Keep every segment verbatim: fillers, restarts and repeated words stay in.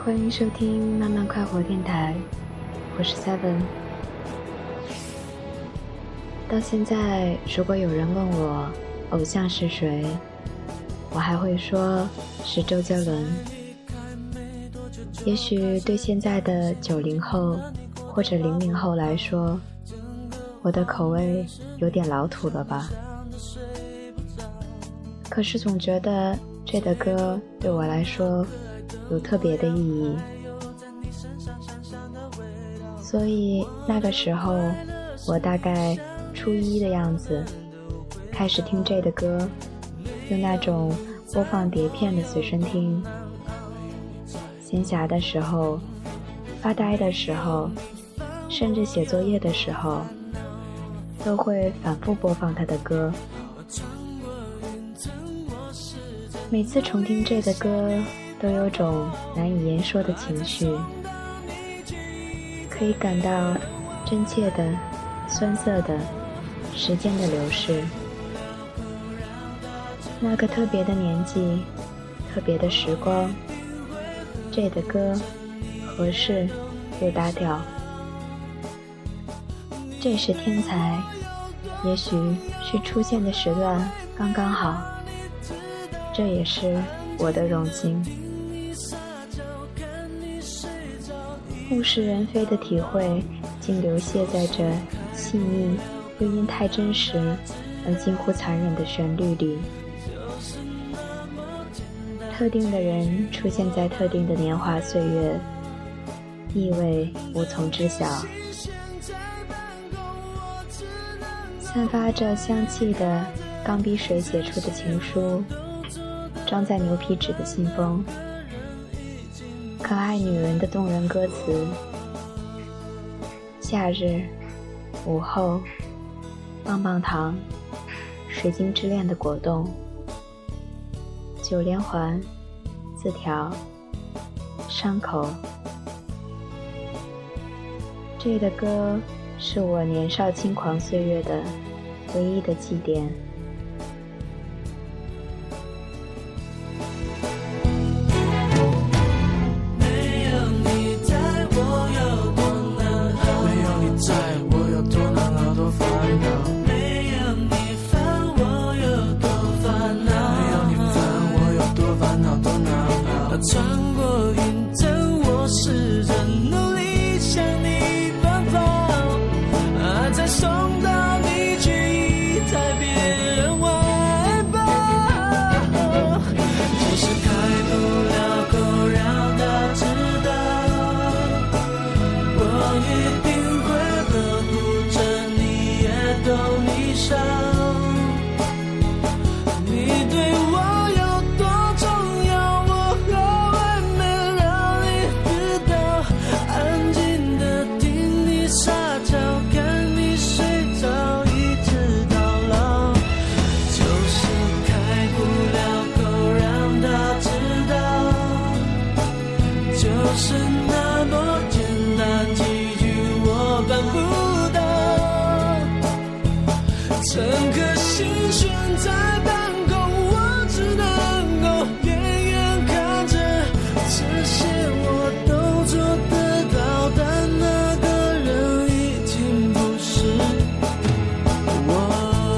欢迎收听慢慢快活电台，我是 Seven。 到现在如果有人问我偶像是谁，我还会说是周杰伦。也许对现在的九零后或者零零后来说，我的口味有点老土了吧，可是总觉得这的歌对我来说有特别的意义。所以那个时候我大概初一的样子开始听这的歌，用那种播放碟片的随身听，闲暇的时候，发呆的时候，甚至写作业的时候，都会反复播放他的歌。每次重听这的歌都有种难以言说的情绪，可以感到真切的、酸涩的时间的流逝。那个特别的年纪，特别的时光，这的歌合适又搭调。这是天才，也许是出现的时段刚刚好，这也是我的荣幸。物是人非的体会竟流泻在这细腻又因太真实而近乎残忍的旋律里。特定的人出现在特定的年华岁月，意味无从知晓。散发着香气的钢笔水写出的情书，装在牛皮纸的信封，可爱女人的动人歌词，夏日午后，棒棒糖，水晶之恋的果冻，九连环，字条，伤口。这的歌是我年少轻狂岁月的唯一的祭奠。 整颗心悬在半空，我只能够远远看着，这些我都做得到，但那个人已经不是我。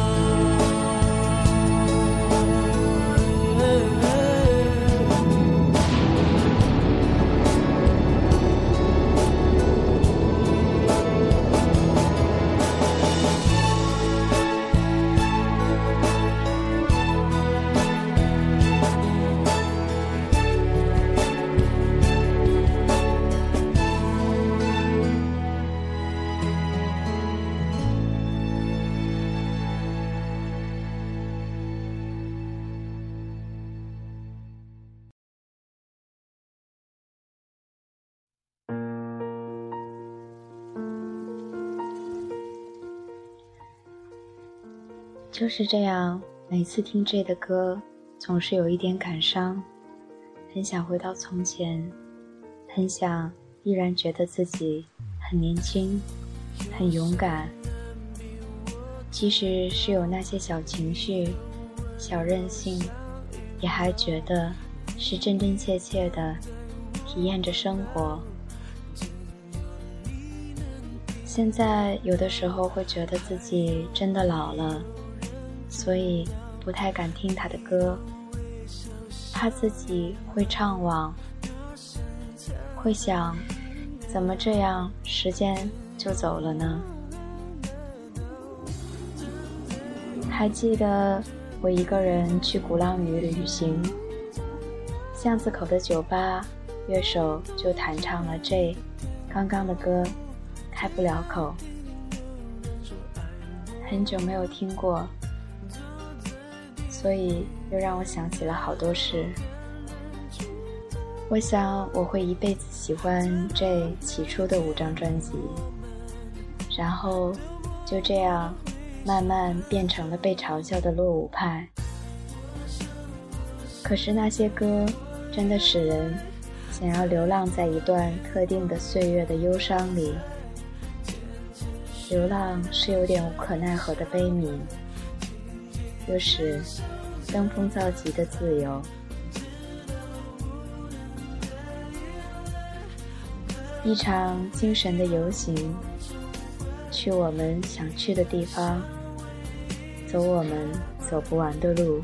就是这样，每次听这的歌总是有一点感伤，很想回到从前，很想依然觉得自己很年轻，很勇敢，即使是有那些小情绪、小任性，也还觉得是真真切切的体验着生活。现在有的时候会觉得自己真的老了，所以不太敢听他的歌，怕自己会怅惘，会想怎么这样时间就走了呢？还记得我一个人去鼓浪屿旅行，巷子口的酒吧乐手就弹唱了 J 刚刚的歌，开不了口，很久没有听过，所以又让我想起了好多事。我想我会一辈子喜欢 J 起初的五张专辑，然后就这样慢慢变成了被嘲笑的落伍派。可是那些歌真的使人想要流浪在一段特定的岁月的忧伤里，流浪是有点无可奈何的悲悯，又是登峰造极的自由。一场精神的游行，去我们想去的地方，走我们走不完的路。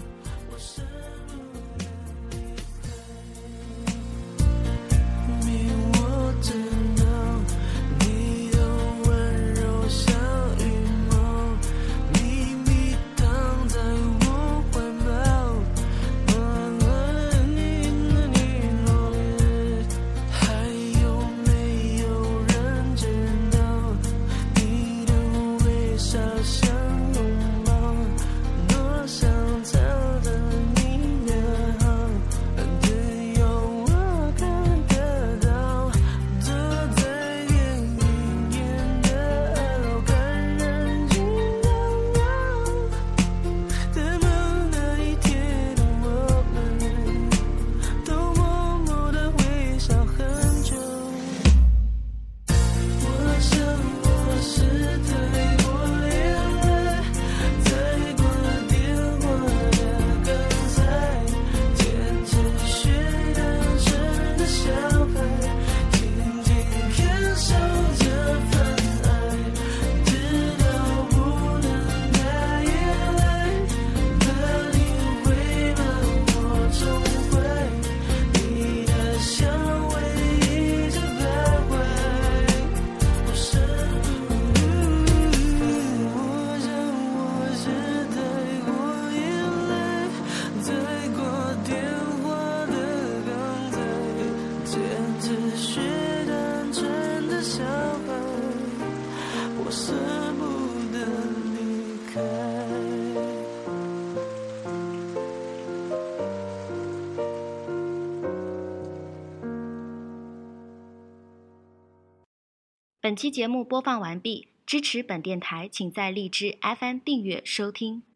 本期节目播放完毕，支持本电台请在荔枝 F M 订阅收听。